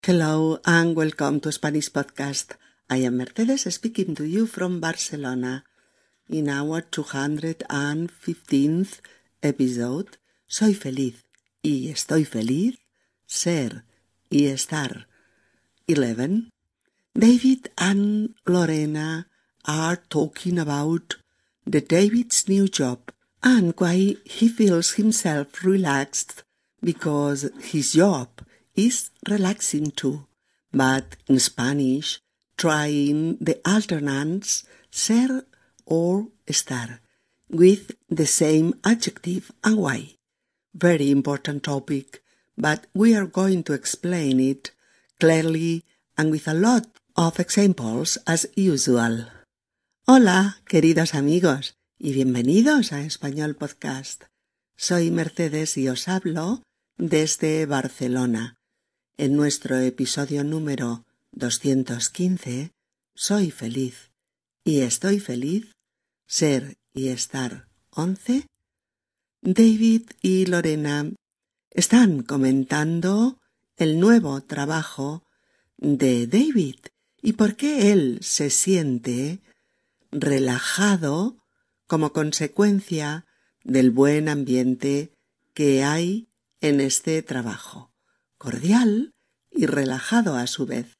Hello and welcome to Spanish Podcast. I am Mercedes speaking to you from Barcelona. In our 215th episode, Soy feliz y estoy feliz, ser y estar. 11. David and Lorena are talking about David's new job and why he feels himself relaxed because his job is relaxing too, but in Spanish, trying the alternates ser or estar with the same adjective and why. Very important topic, but we are going to explain it clearly and with a lot of examples as usual. Hola, queridos amigos, y bienvenidos a Español Podcast. Soy Mercedes y os hablo desde Barcelona. En nuestro episodio número 215, Soy feliz y estoy feliz, ser y estar 11, David y Lorena están comentando el nuevo trabajo de David y por qué él se siente relajado como consecuencia del buen ambiente que hay en este trabajo, cordial y relajado a su vez.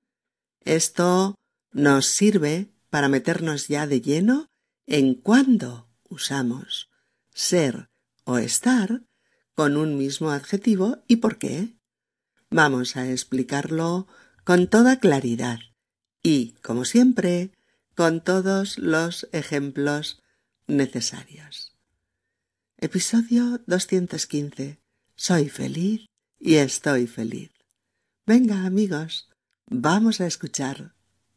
Esto nos sirve para meternos ya de lleno en cuándo usamos ser o estar con un mismo adjetivo y por qué. Vamos a explicarlo con toda claridad y, como siempre, con todos los ejemplos necesarios. Episodio 215. Soy feliz y estoy feliz. Venga, amigos, vamos a escuchar.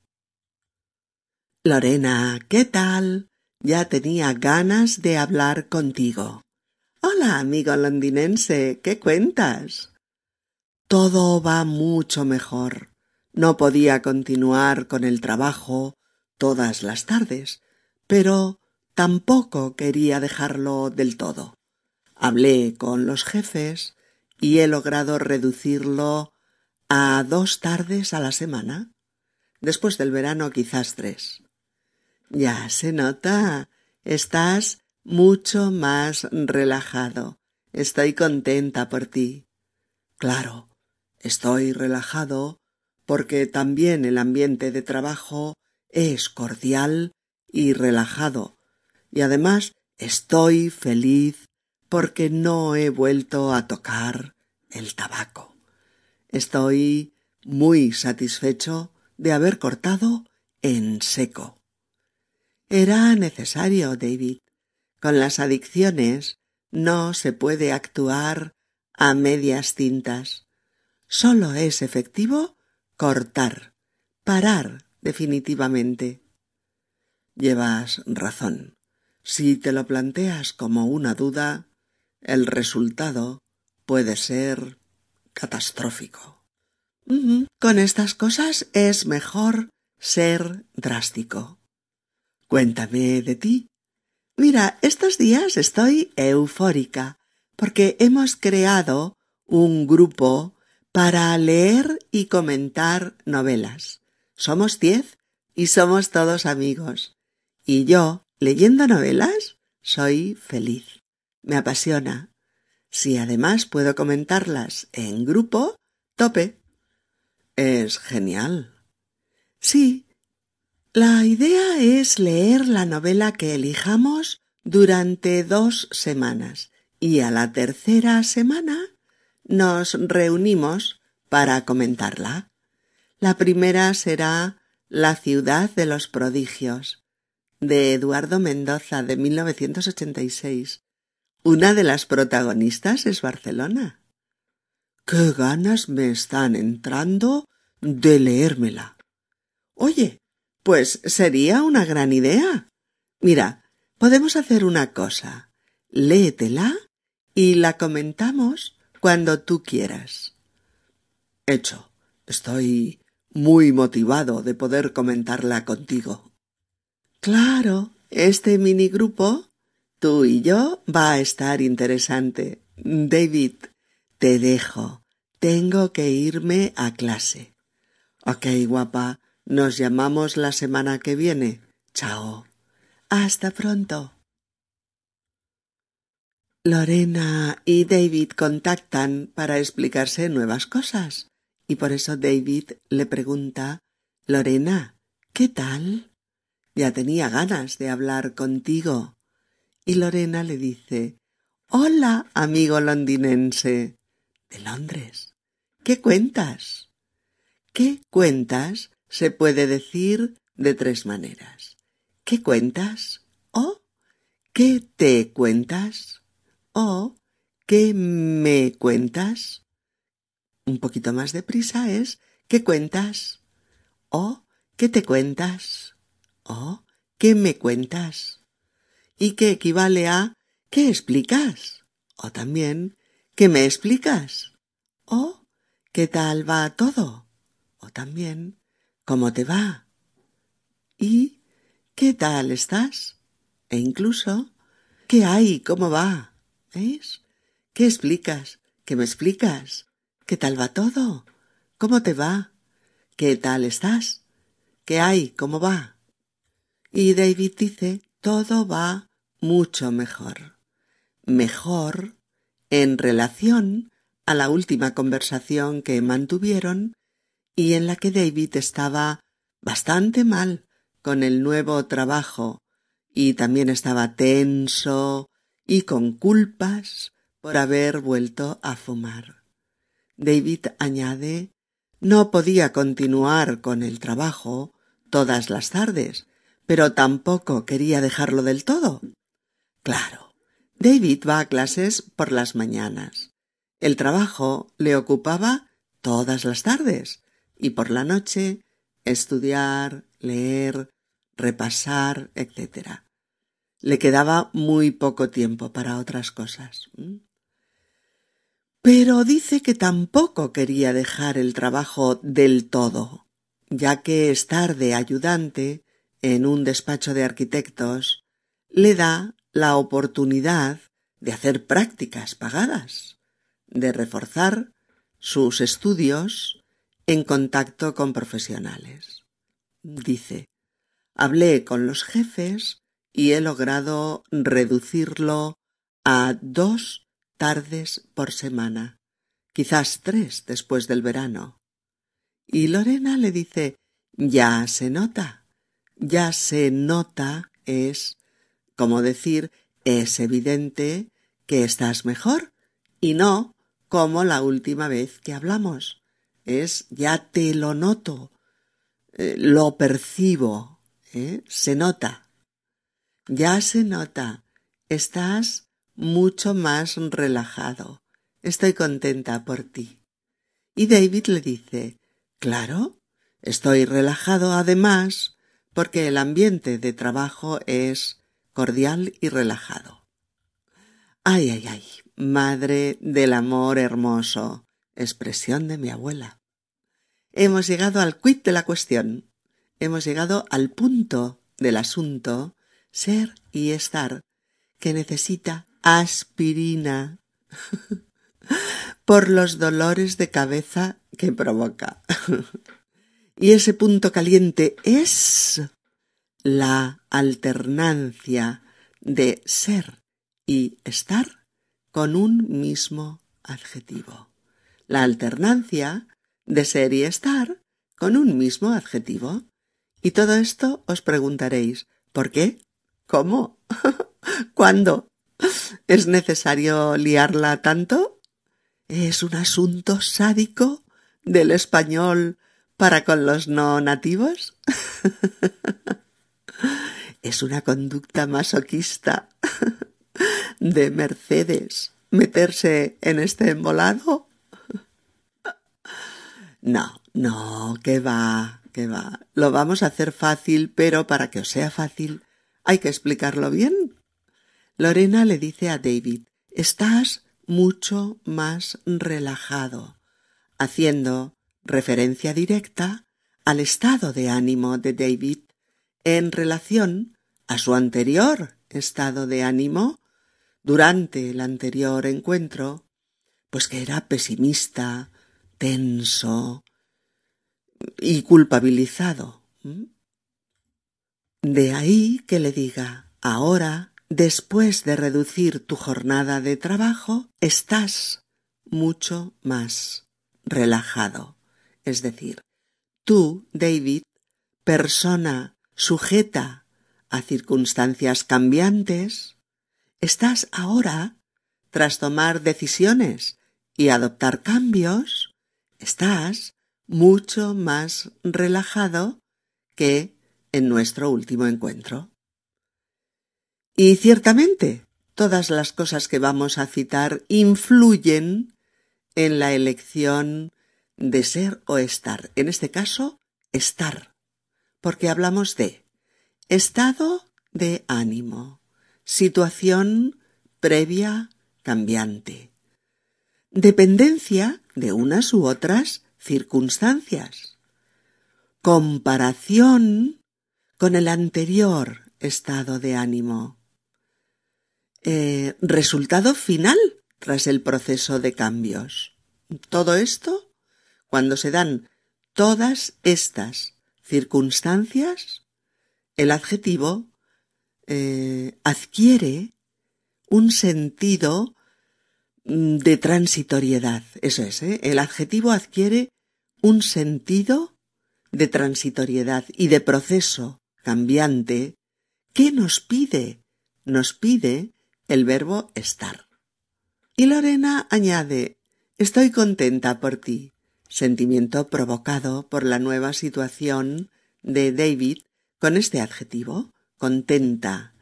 Lorena, ¿qué tal? Ya tenía ganas de hablar contigo. Hola, amigo londinense, ¿qué cuentas? Todo va mucho mejor. No podía continuar con el trabajo todas las tardes, pero tampoco quería dejarlo del todo. Hablé con los jefes y he logrado reducirlo a 2 tardes a la semana. Después del verano quizás 3. Ya se nota, estás mucho más relajado. Estoy contenta por ti. Claro, estoy relajado porque también el ambiente de trabajo es cordial y relajado. Y además estoy feliz porque no he vuelto a tocar el tabaco. Estoy muy satisfecho de haber cortado en seco. Era necesario, David. Con las adicciones no se puede actuar a medias tintas. Solo es efectivo cortar, parar definitivamente. Llevas razón. Si te lo planteas como una duda, el resultado puede ser catastrófico. Con estas cosas es mejor ser drástico. Cuéntame de ti. Mira, estos días estoy eufórica porque hemos creado un grupo para leer y comentar novelas. Somos 10 y somos todos amigos. Y yo, leyendo novelas, soy feliz. Me apasiona. Si además puedo comentarlas en grupo, tope. Es genial. Sí, la idea es leer la novela que elijamos durante 2 semanas y a la tercera semana nos reunimos para comentarla. La primera será La ciudad de los prodigios, de Eduardo Mendoza, de 1986. Una de las protagonistas es Barcelona. ¡Qué ganas me están entrando de leérmela! Oye, pues sería una gran idea. Mira, podemos hacer una cosa. Léetela y la comentamos cuando tú quieras. Hecho. Estoy muy motivado de poder comentarla contigo. Claro, este minigrupo, tú y yo, va a estar interesante. David, te dejo. tengo que irme a clase. Ok, guapa, nos llamamos la semana que viene. Chao. Hasta pronto. Lorena y David contactan para explicarse nuevas cosas, y por eso David le pregunta: Lorena, ¿qué tal? Ya tenía ganas de hablar contigo. Y Lorena le dice: Hola, amigo londinense. De Londres. ¿Qué cuentas? ¿Qué cuentas? Se puede decir de 3 maneras. ¿Qué cuentas? O ¿qué te cuentas? O ¿qué me cuentas? Un poquito más deprisa es ¿qué cuentas? O ¿qué te cuentas? O ¿qué me cuentas? Y que equivale a ¿qué explicas? O también ¿qué me explicas? O ¿qué tal va todo? O también ¿cómo te va? Y ¿qué tal estás? E incluso ¿qué hay? ¿Cómo va? ¿Veis? ¿Qué explicas? ¿Qué me explicas? ¿Qué tal va todo? ¿Cómo te va? ¿Qué tal estás? ¿Qué hay? ¿Cómo va? Y David dice: todo va mucho mejor. Mejor en relación a la última conversación que mantuvieron y en la que David estaba bastante mal con el nuevo trabajo y también estaba tenso y con culpas por haber vuelto a fumar. David añade: no podía continuar con el trabajo todas las tardes, pero tampoco quería dejarlo del todo. Claro, David va a clases por las mañanas. El trabajo le ocupaba todas las tardes y por la noche estudiar, leer, repasar, etc. Le quedaba muy poco tiempo para otras cosas. Pero dice que tampoco quería dejar el trabajo del todo, ya que estar de ayudante en un despacho de arquitectos le da la oportunidad de hacer prácticas pagadas, de reforzar sus estudios en contacto con profesionales. Dice: hablé con los jefes y he logrado reducirlo a 2 tardes por semana, quizás 3 después del verano. Y Lorena le dice: ya se nota. Ya se nota es como decir: es evidente que estás mejor, y no como la última vez que hablamos. Es ya te lo noto, lo percibo, se nota. Ya se nota, estás mucho más relajado. Estoy contenta por ti. Y David le dice: claro, estoy relajado además porque el ambiente de trabajo es cordial y relajado. Ay, ay, ay, madre del amor hermoso, expresión de mi abuela. Hemos llegado al quid de la cuestión. Hemos llegado al punto del asunto, ser y estar, que necesita aspirina por los dolores de cabeza que provoca. Y ese punto caliente es la alternancia de ser y estar con un mismo adjetivo. La alternancia de ser y estar con un mismo adjetivo. Y todo esto os preguntaréis: ¿por qué? ¿Cómo? ¿Cuándo? ¿Es necesario liarla tanto? ¿Es un asunto sádico del español para con los no nativos? ¿Es una conducta masoquista de Mercedes meterse en este embolado? No, no, que va, que va. Lo vamos a hacer fácil, pero para que os sea fácil hay que explicarlo bien. Lorena le dice a David: estás mucho más relajado, haciendo referencia directa al estado de ánimo de David en relación a su anterior estado de ánimo durante el anterior encuentro, pues que era pesimista, tenso y culpabilizado. De ahí que le diga, ahora, después de reducir tu jornada de trabajo, estás mucho más relajado. Es decir, tú, David, persona sujeta a circunstancias cambiantes, estás ahora, tras tomar decisiones y adoptar cambios, estás mucho más relajado que en nuestro último encuentro. Y ciertamente, todas las cosas que vamos a citar influyen en la elección de ser o estar. En este caso, estar, porque hablamos de estado de ánimo, situación previa cambiante, dependencia de unas u otras circunstancias, comparación con el anterior estado de ánimo, resultado final tras el proceso de cambios. Todo esto, cuando se dan todas estas circunstancias, el adjetivo adquiere un sentido de transitoriedad. Eso es, el adjetivo adquiere un sentido de transitoriedad y de proceso cambiante que nos pide el verbo estar. Y Lorena añade, estoy contenta por ti, sentimiento provocado por la nueva situación de David con este adjetivo, contenta,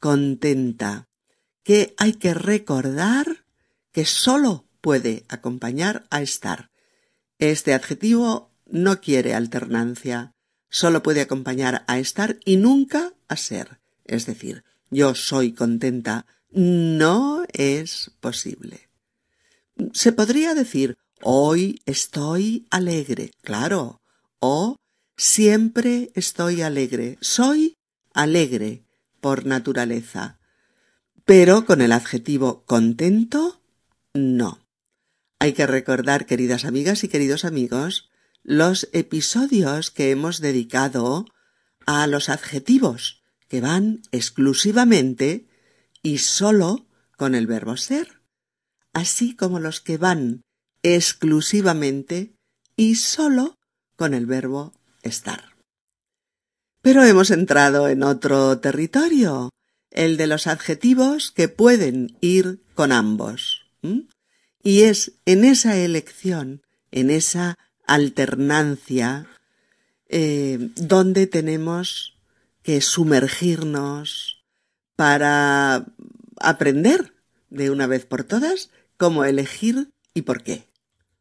que hay que recordar que solo puede acompañar a estar. Este adjetivo no quiere alternancia, solo puede acompañar a estar y nunca a ser. Es decir, yo soy contenta no es posible. Se podría decir, hoy estoy alegre, claro, o siempre estoy alegre, soy alegre por naturaleza, pero con el adjetivo contento, no. Hay que recordar, queridas amigas y queridos amigos, los episodios que hemos dedicado a los adjetivos que van exclusivamente y solo con el verbo ser, así como los que van exclusivamente y solo con el verbo estar. Pero hemos entrado en otro territorio, el de los adjetivos que pueden ir con ambos. Y es en esa elección, en esa alternancia, donde tenemos que sumergirnos para aprender de una vez por todas cómo elegir y por qué.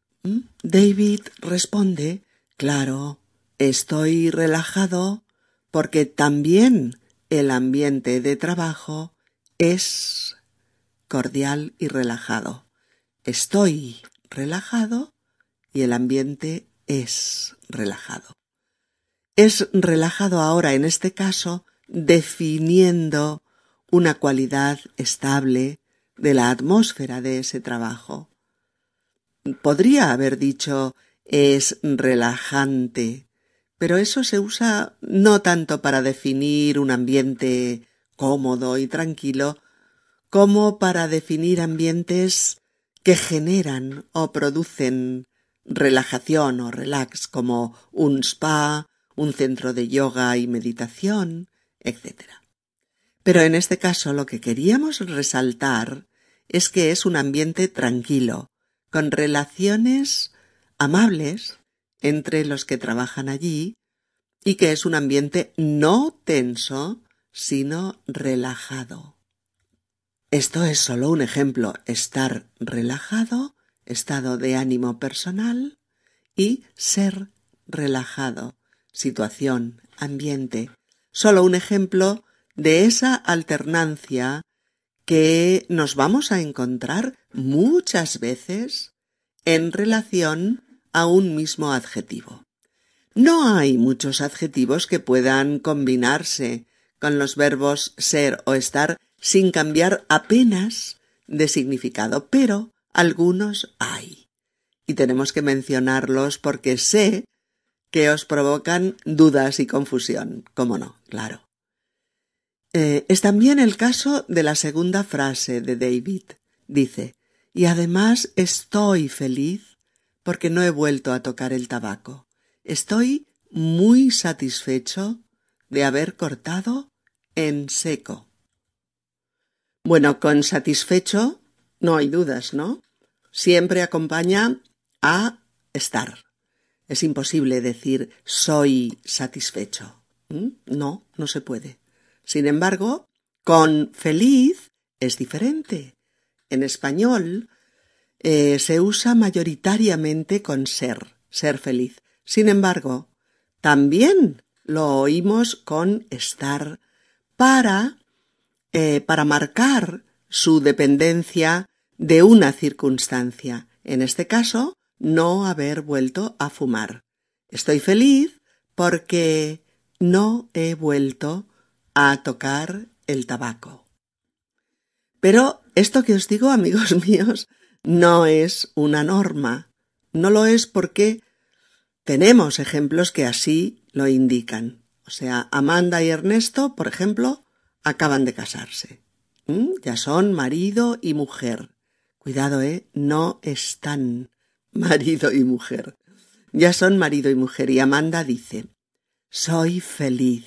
David responde, claro, estoy relajado porque también el ambiente de trabajo es cordial y relajado. Estoy relajado y el ambiente es relajado. Es relajado ahora, en este caso, definiendo una cualidad estable de la atmósfera de ese trabajo. Podría haber dicho es relajante, pero eso se usa no tanto para definir un ambiente cómodo y tranquilo, como para definir ambientes que generan o producen relajación o relax, como un spa, un centro de yoga y meditación, etc. Pero en este caso lo que queríamos resaltar es que es un ambiente tranquilo, con relaciones amables entre los que trabajan allí y que es un ambiente no tenso, sino relajado. Esto es solo un ejemplo, estar relajado, estado de ánimo personal, y ser relajado, situación, ambiente. Solo un ejemplo de esa alternancia que nos vamos a encontrar muchas veces en relación a un mismo adjetivo. No hay muchos adjetivos que puedan combinarse con los verbos ser o estar sin cambiar apenas de significado, pero algunos hay. y tenemos que mencionarlos porque sé que os provocan dudas y confusión. ¿Cómo no? Claro. Es también el caso de la segunda frase de David. Dice, y además estoy feliz porque no he vuelto a tocar el tabaco. Estoy muy satisfecho de haber cortado en seco. Bueno, con satisfecho no hay dudas, ¿no? Siempre acompaña a estar. Es imposible decir soy satisfecho. No, no se puede. Sin embargo, con feliz es diferente. En español se usa mayoritariamente con ser feliz. Sin embargo, también lo oímos con estar para marcar su dependencia de una circunstancia. En este caso, no haber vuelto a fumar. Estoy feliz porque no he vuelto a tocar el tabaco. Pero esto que os digo, amigos míos, no es una norma. No lo es porque tenemos ejemplos que así lo indican. O sea, Amanda y Ernesto, por ejemplo, acaban de casarse. Ya son marido y mujer. Cuidado, no están marido y mujer. Ya son marido y mujer. Y Amanda dice, soy feliz.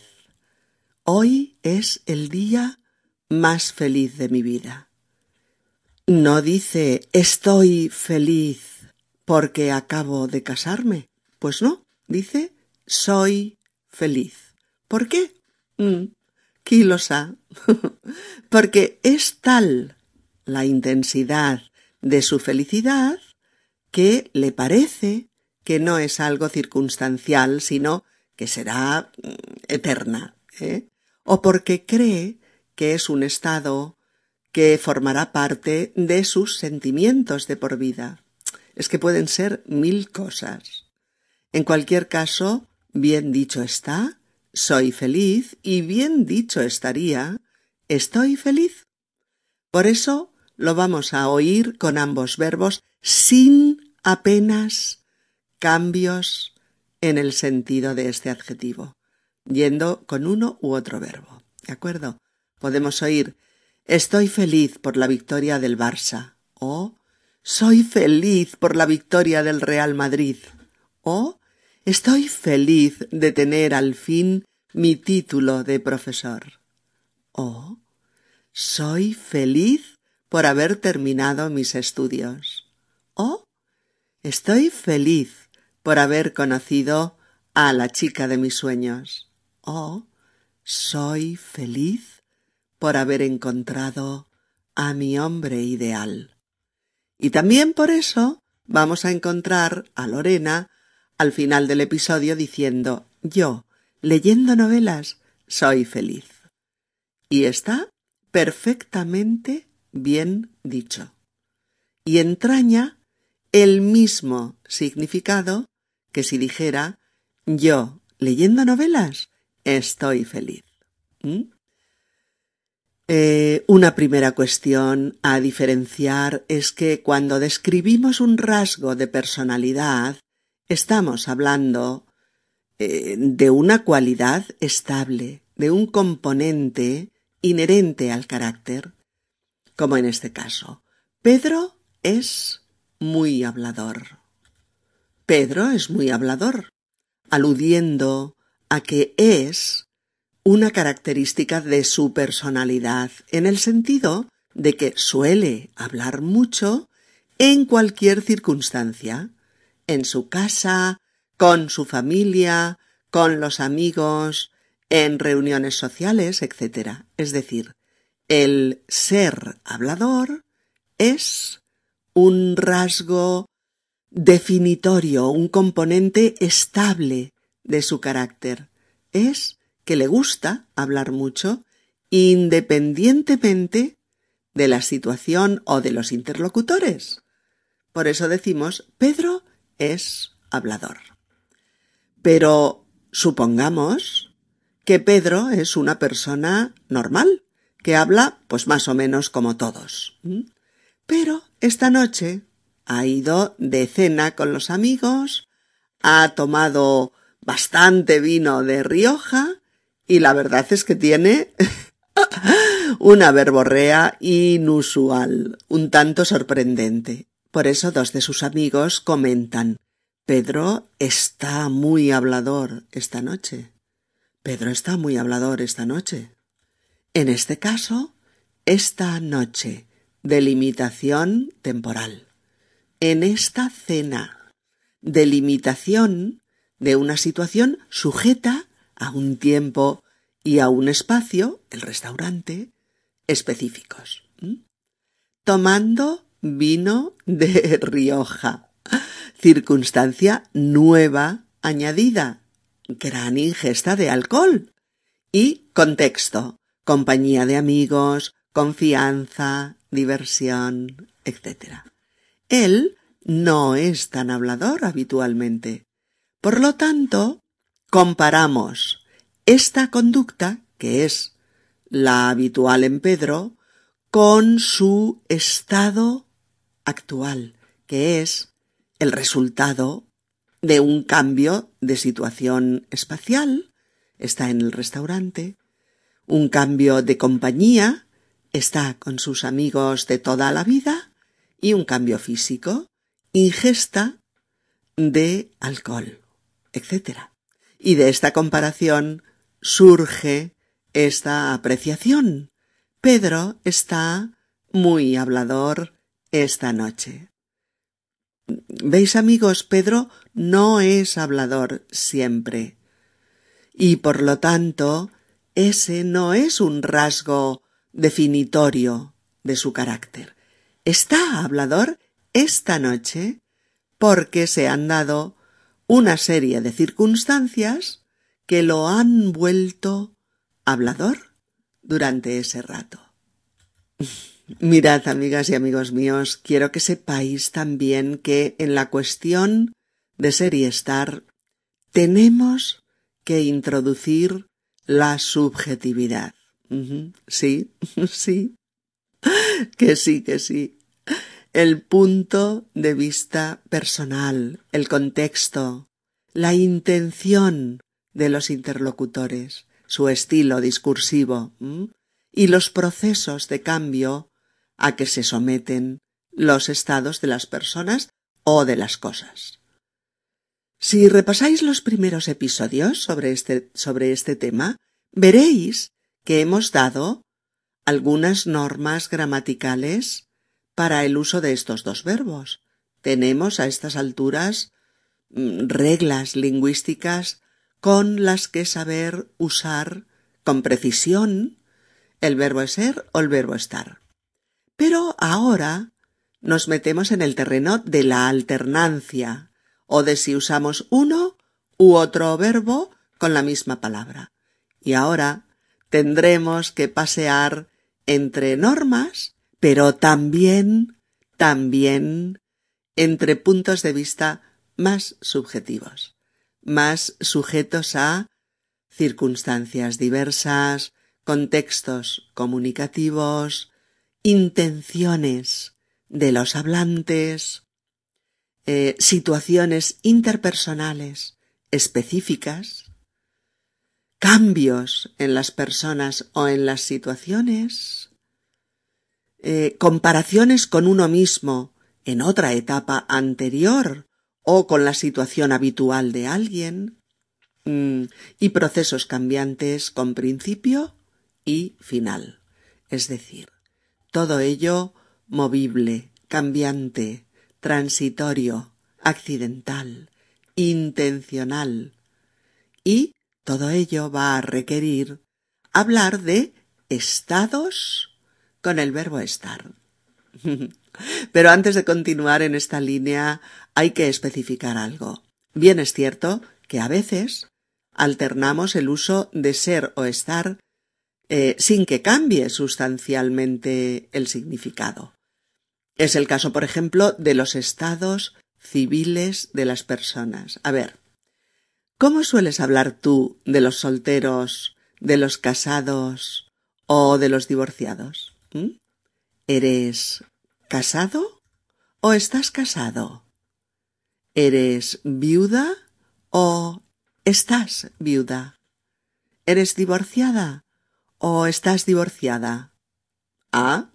Hoy es el día más feliz de mi vida. No dice, estoy feliz porque acabo de casarme. Pues no, dice, soy feliz. ¿Por qué? ¿Quién lo sabe? Porque es tal la intensidad de su felicidad que le parece que no es algo circunstancial, sino que será eterna, o porque cree que es un estado que formará parte de sus sentimientos de por vida. Es que pueden ser 1000 cosas. En cualquier caso, bien dicho está, soy feliz, y bien dicho estaría, estoy feliz. Por eso lo vamos a oír con ambos verbos sin apenas cambios en el sentido de este adjetivo, yendo con uno u otro verbo. ¿De acuerdo? Podemos oír estoy feliz por la victoria del Barça, o soy feliz por la victoria del Real Madrid, o estoy feliz de tener al fin mi título de profesor, o soy feliz por haber terminado mis estudios, o estoy feliz por haber conocido a la chica de mis sueños, o soy feliz por haber encontrado a mi hombre ideal. Y también por eso vamos a encontrar a Lorena al final del episodio diciendo, yo, leyendo novelas, soy feliz. Y está perfectamente bien dicho. Y entraña el mismo significado que si dijera, yo, leyendo novelas, estoy feliz. Una primera cuestión a diferenciar es que cuando describimos un rasgo de personalidad, estamos hablando de una cualidad estable, de un componente inherente al carácter, como en este caso. Pedro es muy hablador. Pedro es muy hablador, aludiendo a que es una característica de su personalidad, en el sentido de que suele hablar mucho en cualquier circunstancia, en su casa, con su familia, con los amigos, en reuniones sociales, etc. Es decir, el ser hablador es un rasgo definitorio, un componente estable de su carácter. Es que le gusta hablar mucho, independientemente de la situación o de los interlocutores. Por eso decimos, Pedro es hablador. Pero supongamos que Pedro es una persona normal, que habla pues más o menos como todos. Pero esta noche ha ido de cena con los amigos, ha tomado bastante vino de Rioja y la verdad es que tiene una verborrea inusual, un tanto sorprendente. Por eso dos de sus amigos comentan: Pedro está muy hablador esta noche. Pedro está muy hablador esta noche. En este caso, esta noche, delimitación temporal. En esta cena, delimitación de una situación sujeta a un tiempo y a un espacio, el restaurante, específicos. Tomando vino de Rioja, circunstancia nueva añadida, gran ingesta de alcohol y contexto, compañía de amigos, confianza, diversión, etc. Él no es tan hablador habitualmente. Por lo tanto, comparamos esta conducta, que es la habitual en Pedro, con su estado actual, que es el resultado de un cambio de situación espacial, está en el restaurante, un cambio de compañía, está con sus amigos de toda la vida, y un cambio físico, ingesta de alcohol, etc. Y de esta comparación surge esta apreciación. Pedro está muy hablador esta noche. ¿Veis, amigos? Pedro no es hablador siempre. Y por lo tanto, ese no es un rasgo definitorio de su carácter. Está hablador esta noche porque se han dado una serie de circunstancias que lo han vuelto hablador durante ese rato. Mirad, amigas y amigos míos, quiero que sepáis también que en la cuestión de ser y estar tenemos que introducir la subjetividad. Sí, sí, que sí, que sí. El punto de vista personal, el contexto, la intención de los interlocutores, su estilo discursivo, y los procesos de cambio a que se someten los estados de las personas o de las cosas. Si repasáis los primeros episodios sobre este tema, veréis que hemos dado algunas normas gramaticales para el uso de estos dos verbos. Tenemos a estas alturas reglas lingüísticas con las que saber usar con precisión el verbo ser o el verbo estar. Pero ahora nos metemos en el terreno de la alternancia, o de si usamos uno u otro verbo con la misma palabra. Y ahora tendremos que pasear entre normas, pero también entre puntos de vista más subjetivos, más sujetos a circunstancias diversas, contextos comunicativos, intenciones de los hablantes, situaciones interpersonales específicas, cambios en las personas o en las situaciones, comparaciones con uno mismo en otra etapa anterior o con la situación habitual de alguien, y procesos cambiantes con principio y final. Es decir, todo ello movible, cambiante, transitorio, accidental, intencional. Y todo ello va a requerir hablar de estados con el verbo estar. Pero antes de continuar en esta línea hay que especificar algo. Bien es cierto que a veces alternamos el uso de ser o estar sin que cambie sustancialmente el significado. Es el caso, por ejemplo, de los estados civiles de las personas. A ver, ¿cómo sueles hablar tú de los solteros, de los casados o de los divorciados? ¿Eres casado o estás casado? ¿Eres viuda o estás viuda? ¿Eres divorciada o estás divorciada? Ah,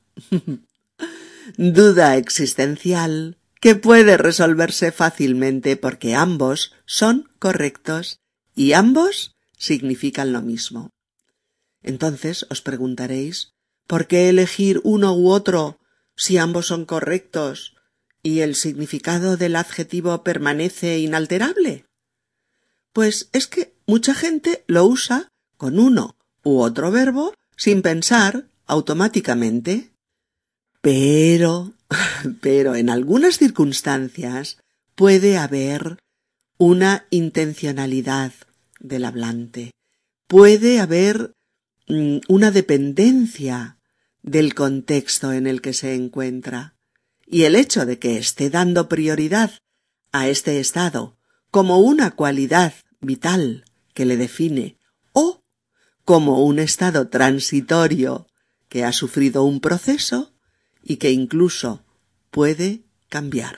duda existencial que puede resolverse fácilmente porque ambos son correctos y ambos significan lo mismo. Entonces os preguntaréis, ¿por qué elegir uno u otro si ambos son correctos y el significado del adjetivo permanece inalterable? Pues es que mucha gente lo usa con uno u otro verbo sin pensar automáticamente. Pero en algunas circunstancias puede haber una intencionalidad del hablante. Puede haber una dependencia del contexto en el que se encuentra. Y el hecho de que esté dando prioridad a este estado como una cualidad vital que le define o como un estado transitorio que ha sufrido un proceso y que incluso puede cambiar.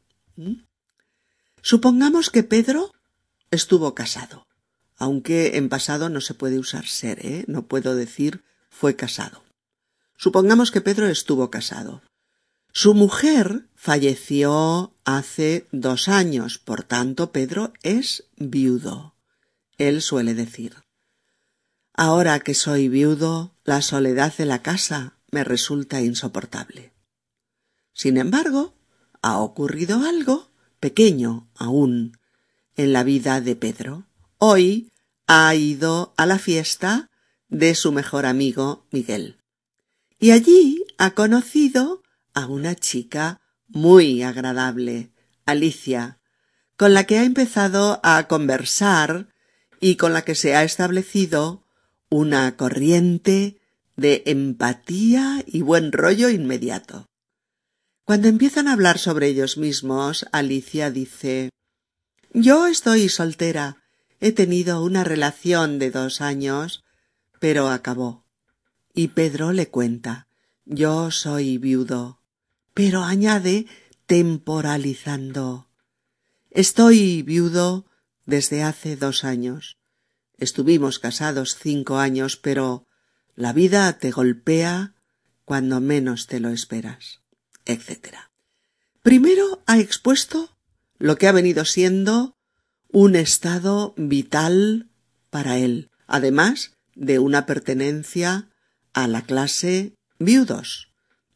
Supongamos que Pedro estuvo casado, aunque en pasado no se puede usar ser, no puedo decir fue casado. Supongamos que Pedro estuvo casado. Su mujer falleció hace 2 años, por tanto Pedro es viudo. Él suele decir: ahora que soy viudo, la soledad de la casa me resulta insoportable. Sin embargo, ha ocurrido algo, pequeño aún, en la vida de Pedro. Hoy ha ido a la fiesta de su mejor amigo Miguel. Y allí ha conocido a una chica muy agradable, Alicia, con la que ha empezado a conversar y con la que se ha establecido una corriente de empatía y buen rollo inmediato. Cuando empiezan a hablar sobre ellos mismos, Alicia dice: yo estoy soltera, he tenido una relación de 2 años, pero acabó. Y Pedro le cuenta: yo soy viudo, pero añade temporalizando: estoy viudo desde hace 2 años. Estuvimos casados 5 años, pero la vida te golpea cuando menos te lo esperas, etc. Primero ha expuesto lo que ha venido siendo un estado vital para él, además de una pertenencia a la clase viudos,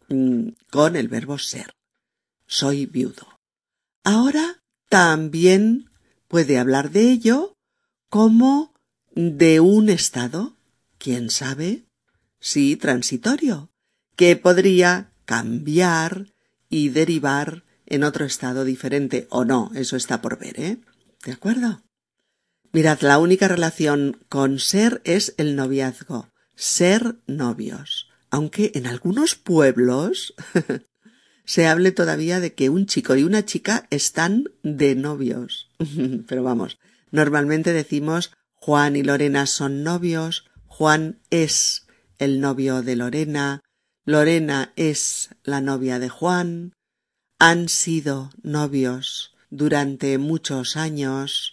con el verbo ser. Soy viudo. Ahora también puede hablar de ello como de un estado, quién sabe, sí, transitorio, que podría cambiar y derivar en otro estado diferente o no, eso está por ver, ¿De acuerdo? Mirad, la única relación con ser es el noviazgo, ser novios, aunque en algunos pueblos se hable todavía de que un chico y una chica están de novios. Pero vamos, normalmente decimos Juan y Lorena son novios, Juan es el novio de Lorena, Lorena es la novia de Juan, han sido novios durante muchos años,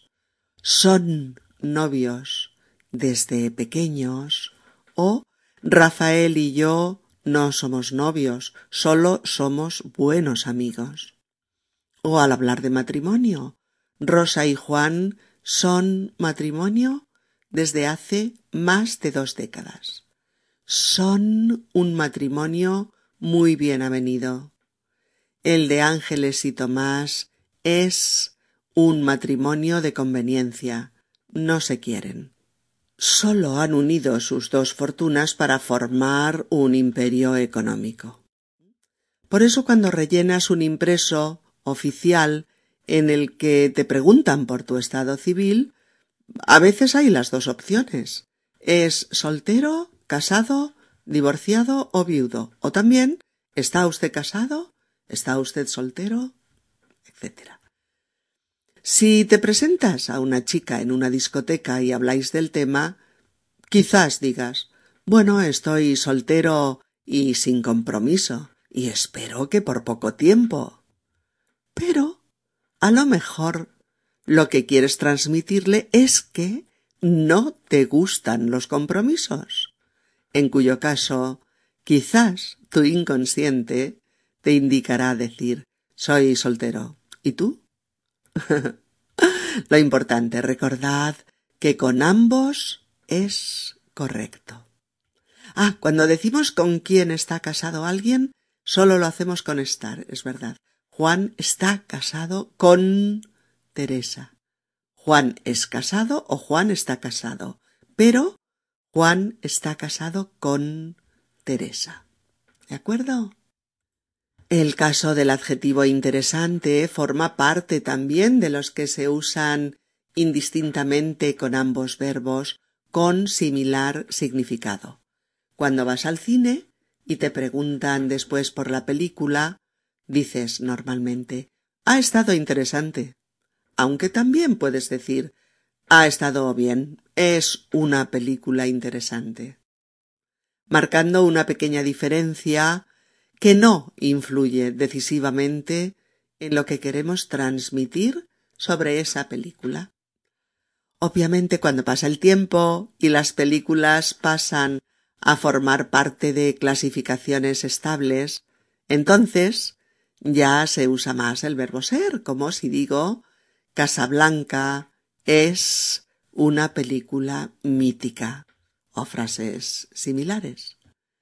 son novios desde pequeños, o Rafael y yo no somos novios, solo somos buenos amigos. O al hablar de matrimonio, Rosa y Juan son matrimonio desde hace más de 2 décadas. Son un matrimonio muy bien avenido. El de Ángeles y Tomás es un matrimonio de conveniencia. No se quieren. Solo han unido sus 2 fortunas para formar un imperio económico. Por eso cuando rellenas un impreso oficial en el que te preguntan por tu estado civil, a veces hay las 2 opciones. ¿Es soltero, casado, divorciado o viudo? O también, ¿está usted casado? ¿Está usted soltero? Etcétera. Si te presentas a una chica en una discoteca y habláis del tema, quizás digas: bueno, estoy soltero y sin compromiso, y espero que por poco tiempo. pero a lo mejor lo que quieres transmitirle es que no te gustan los compromisos, en cuyo caso quizás tu inconsciente te indicará decir: soy soltero. ¿Y tú? Lo importante, recordad que con ambos es correcto. Cuando decimos con quién está casado alguien, solo lo hacemos con estar, es verdad. Juan está casado con Teresa. Juan es casado o Juan está casado, pero Juan está casado con Teresa. ¿De acuerdo? El caso del adjetivo interesante forma parte también de los que se usan indistintamente con ambos verbos con similar significado. Cuando vas al cine y te preguntan después por la película, dices normalmente: ha estado interesante. Aunque también puedes decir: ha estado bien, es una película interesante. Marcando una pequeña diferencia que no influye decisivamente en lo que queremos transmitir sobre esa película. Obviamente, cuando pasa el tiempo y las películas pasan a formar parte de clasificaciones estables, entonces ya se usa más el verbo ser, como si digo: Casablanca es una película mítica, o frases similares.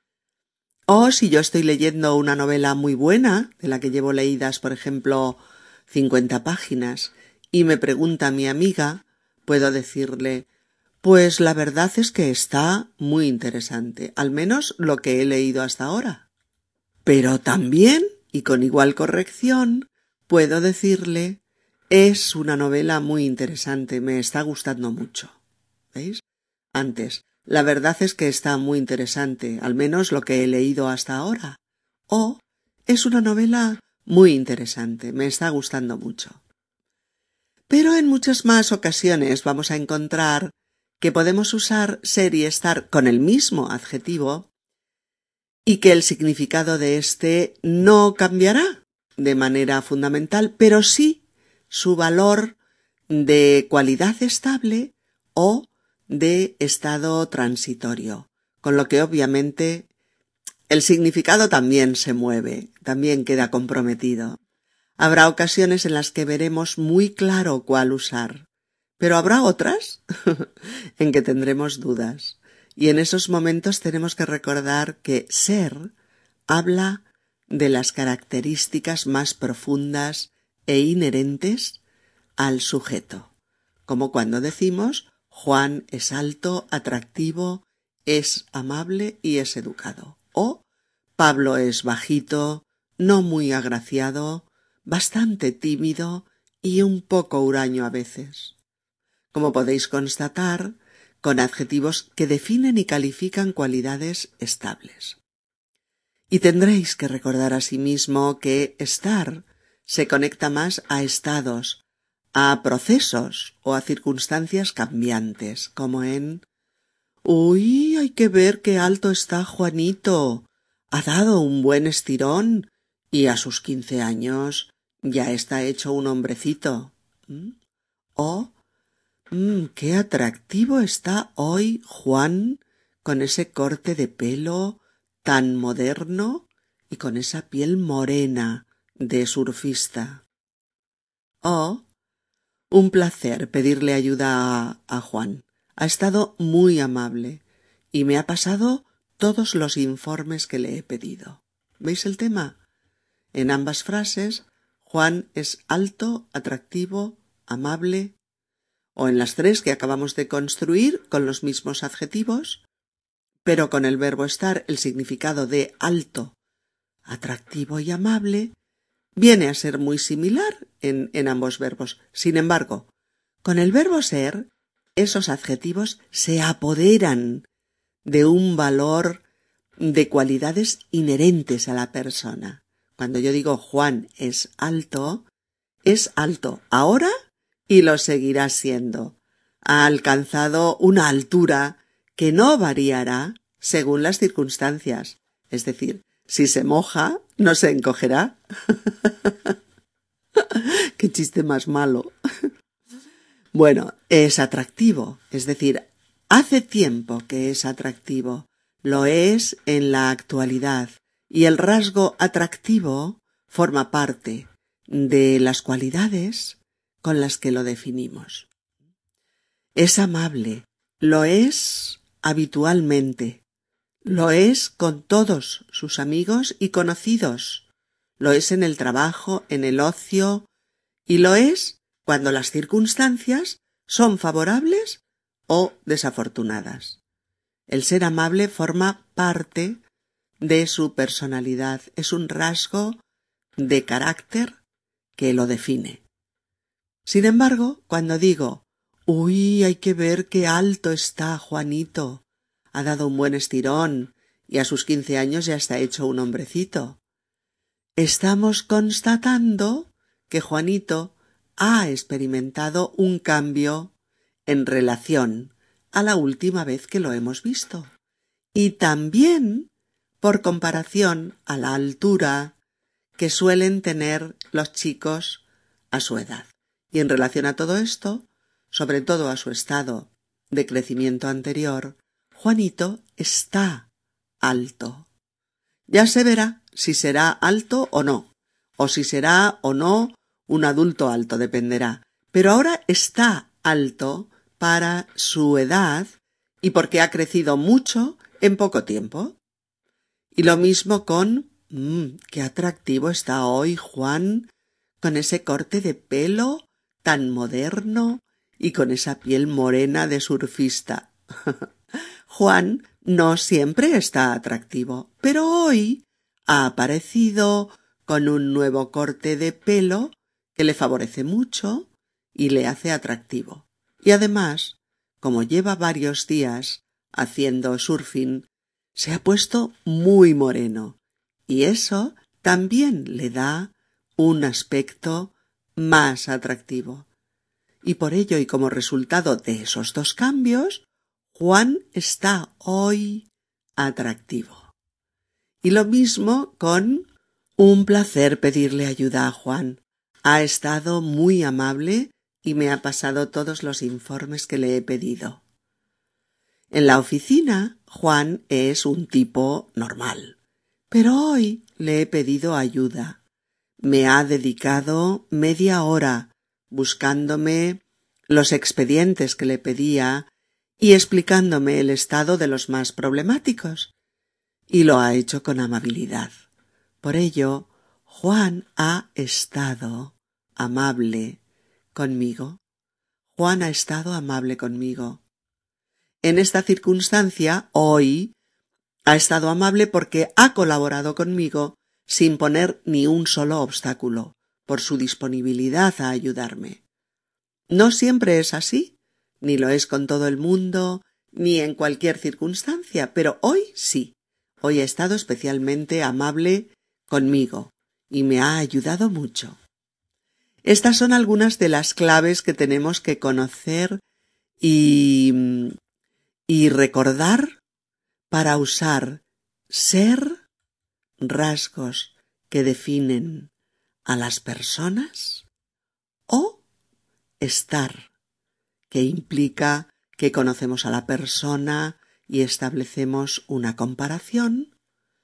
O si yo estoy leyendo una novela muy buena, de la que llevo leídas, por ejemplo, 50 páginas, y me pregunta mi amiga, puedo decirle: pues la verdad es que está muy interesante, al menos lo que he leído hasta ahora. Pero también, y con igual corrección, puedo decirle: es una novela muy interesante, me está gustando mucho. ¿Veis? Antes, la verdad es que está muy interesante, al menos lo que he leído hasta ahora. O, es una novela muy interesante, me está gustando mucho. Pero en muchas más ocasiones vamos a encontrar que podemos usar ser y estar con el mismo adjetivo y que el significado de éste no cambiará de manera fundamental, pero sí su valor de cualidad estable o de estado transitorio, con lo que obviamente el significado también se mueve, también queda comprometido. Habrá ocasiones en las que veremos muy claro cuál usar, pero habrá otras en que tendremos dudas. Y en esos momentos tenemos que recordar que ser habla de las características más profundas e inherentes al sujeto, como cuando decimos: Juan es alto, atractivo, es amable y es educado. O Pablo es bajito, no muy agraciado, bastante tímido y un poco huraño a veces. Como podéis constatar, con adjetivos que definen y califican cualidades estables. Y tendréis que recordar asimismo que estar se conecta más a estados, a procesos o a circunstancias cambiantes, como en: uy, hay que ver qué alto está Juanito, ha dado un buen estirón y a sus 15 años ya está hecho un hombrecito. O qué atractivo está hoy Juan, con ese corte de pelo tan moderno y con esa piel morena de surfista. O un placer pedirle ayuda a Juan. Ha estado muy amable y me ha pasado todos los informes que le he pedido. ¿Veis el tema? En ambas frases, Juan es alto, atractivo, amable, o en las tres que acabamos de construir con los mismos adjetivos, pero con el verbo estar el significado de alto, atractivo y amable viene a ser muy similar en ambos verbos. Sin embargo, con el verbo ser, esos adjetivos se apoderan de un valor de cualidades inherentes a la persona. Cuando yo digo Juan es alto ahora y lo seguirá siendo. Ha alcanzado una altura que no variará según las circunstancias. Es decir, si se moja, no se encogerá. ¡Qué chiste más malo! Bueno, es atractivo, es decir, hace tiempo que es atractivo, lo es en la actualidad, y el rasgo atractivo forma parte de las cualidades con las que lo definimos. Es amable, lo es habitualmente, lo es con todos sus amigos y conocidos, lo es en el trabajo, en el ocio, y lo es cuando las circunstancias son favorables o desafortunadas. El ser amable forma parte de su personalidad, es un rasgo de carácter que lo define. Sin embargo, cuando digo, «Uy, hay que ver qué alto está Juanito, ha dado un buen estirón y a sus 15 años ya está hecho un hombrecito», estamos constatando que Juanito ha experimentado un cambio en relación a la última vez que lo hemos visto. Y también por comparación a la altura que suelen tener los chicos a su edad. Y en relación a todo esto, sobre todo a su estado de crecimiento anterior, Juanito está alto. Ya se verá si será alto o si será o no un adulto alto, dependerá. Pero ahora está alto para su edad y porque ha crecido mucho en poco tiempo. Y lo mismo con, qué atractivo está hoy Juan, con ese corte de pelo tan moderno y con esa piel morena de surfista. Juan no siempre está atractivo, pero hoy ha aparecido con un nuevo corte de pelo que le favorece mucho y le hace atractivo. Y además, como lleva varios días haciendo surfing, se ha puesto muy moreno y eso también le da un aspecto más atractivo. Y por ello y como resultado de esos dos cambios, Juan está hoy atractivo. Y lo mismo con un placer pedirle ayuda a Juan. Ha estado muy amable y me ha pasado todos los informes que le he pedido. En la oficina, Juan es un tipo normal, pero hoy le he pedido ayuda. Me ha dedicado media hora buscándome los expedientes que le pedía y explicándome el estado de los más problemáticos, y lo ha hecho con amabilidad. Por ello, Juan ha estado amable conmigo. Juan ha estado amable conmigo. En esta circunstancia, hoy, ha estado amable porque ha colaborado conmigo sin poner ni un solo obstáculo, por su disponibilidad a ayudarme. No siempre es así, ni lo es con todo el mundo, ni en cualquier circunstancia, pero hoy sí. Hoy ha estado especialmente amable conmigo y me ha ayudado mucho. Estas son algunas de las claves que tenemos que conocer y recordar para usar ser, rasgos que definen a las personas, o estar, que implica que conocemos a la persona y establecemos una comparación,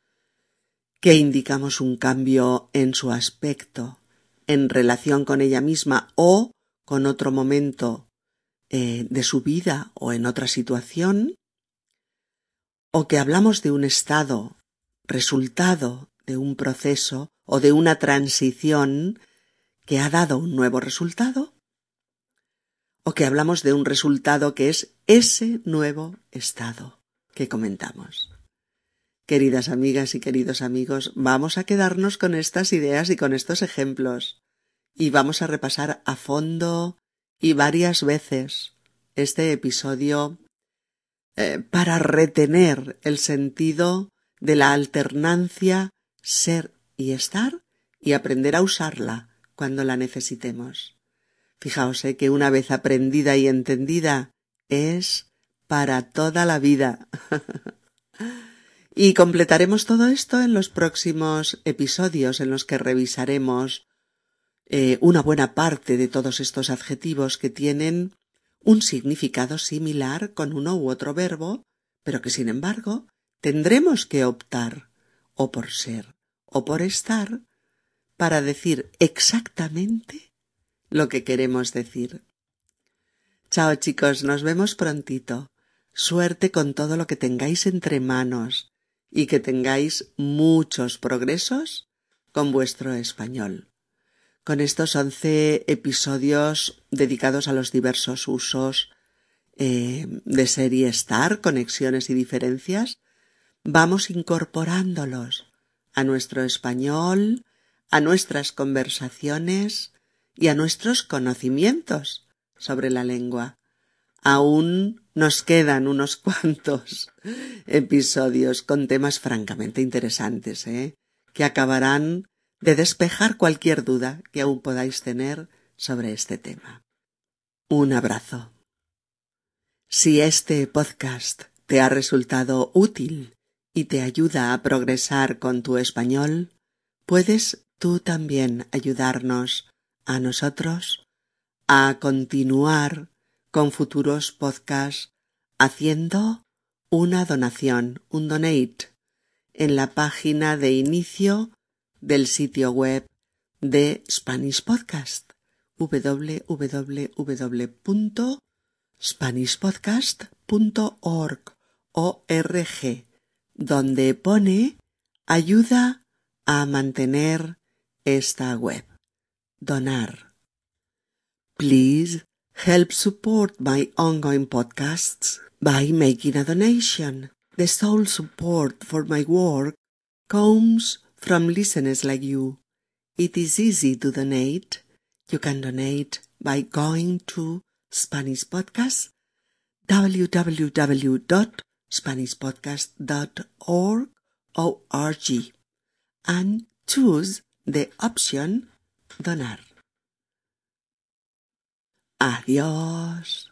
que indicamos un cambio en su aspecto en relación con ella misma o con otro momento de su vida o en otra situación, o que hablamos de un estado, resultado de un proceso o de una transición que ha dado un nuevo resultado, o que hablamos de un resultado que es ese nuevo estado que comentamos. Queridas amigas y queridos amigos, vamos a quedarnos con estas ideas y con estos ejemplos, y vamos a repasar a fondo y varias veces este episodio para retener el sentido de la alternancia ser y estar y aprender a usarla cuando la necesitemos. Fijaos que una vez aprendida y entendida es para toda la vida. Y completaremos todo esto en los próximos episodios en los que revisaremos una buena parte de todos estos adjetivos que tienen un significado similar con uno u otro verbo, pero que sin embargo tendremos que optar o por ser o por estar para decir exactamente lo que queremos decir. Chao chicos, nos vemos prontito. Suerte con todo lo que tengáis entre manos y que tengáis muchos progresos con vuestro español. Con estos 11 episodios dedicados a los diversos usos de ser y estar, conexiones y diferencias, vamos incorporándolos a nuestro español, a nuestras conversaciones y a nuestros conocimientos sobre la lengua. Aún nos quedan unos cuantos episodios con temas francamente interesantes, que acabarán de despejar cualquier duda que aún podáis tener sobre este tema. Un abrazo. Si este podcast te ha resultado útil y te ayuda a progresar con tu español, puedes tú también ayudarnos a nosotros a continuar con futuros podcasts haciendo una donación, un donate, en la página de inicio del sitio web de Spanish Podcast, www.spanishpodcast.org, donde pone ayuda a mantener esta web. Donar. Please help support my ongoing podcasts by making a donation. The sole support for my work comes from listeners like you. It is easy to donate. You can donate by going to Spanish Podcast, www.spanishpodcast.org, and choose the option Donar. Adiós.